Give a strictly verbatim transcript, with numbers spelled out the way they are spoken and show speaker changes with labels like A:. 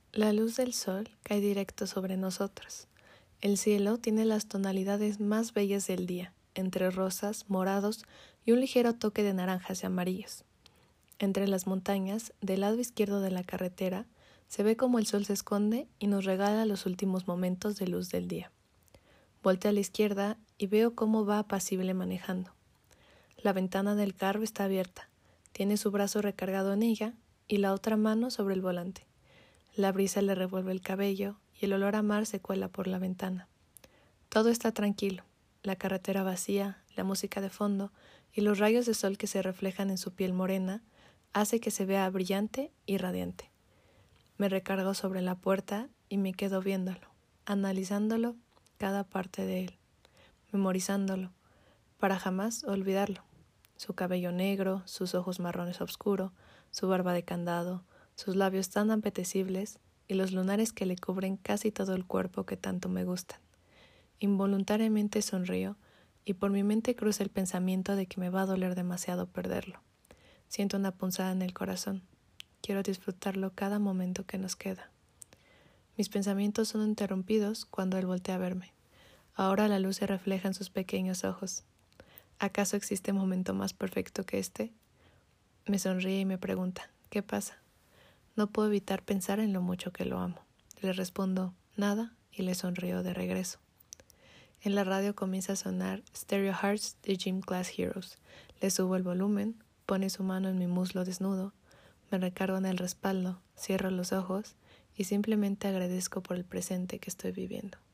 A: La luz del sol cae directo sobre nosotros. El cielo tiene las tonalidades más bellas del día, entre rosas, morados y un ligero toque de naranjas y amarillos. Entre las montañas, del lado izquierdo de la carretera, se ve como el sol se esconde y nos regala los últimos momentos de luz del día. Volteo a la izquierda y veo cómo va apacible manejando. La ventana del carro está abierta, tiene su brazo recargado en ella y la otra mano sobre el volante. La brisa le revuelve el cabello y el olor a mar se cuela por la ventana. Todo está tranquilo, la carretera vacía, la música de fondo y los rayos de sol que se reflejan en su piel morena hace que se vea brillante y radiante. Me recargo sobre la puerta y me quedo viéndolo, analizándolo, cada parte de él, memorizándolo, para jamás olvidarlo. Su cabello negro, sus ojos marrones oscuros, su barba de candado, sus labios tan apetecibles y los lunares que le cubren casi todo el cuerpo que tanto me gustan. Involuntariamente sonrío y por mi mente cruza el pensamiento de que me va a doler demasiado perderlo. Siento una punzada en el corazón. Quiero disfrutarlo cada momento que nos queda. Mis pensamientos son interrumpidos cuando él voltea a verme. Ahora la luz se refleja en sus pequeños ojos. ¿Acaso existe momento más perfecto que este? Me sonríe y me pregunta, ¿qué pasa? No puedo evitar pensar en lo mucho que lo amo. Le respondo, nada, y le sonrío de regreso. En la radio comienza a sonar Stereo Hearts de Gym Class Heroes. Le subo el volumen, pone su mano en mi muslo desnudo, me recargo en el respaldo, cierro los ojos y simplemente agradezco por el presente que estoy viviendo.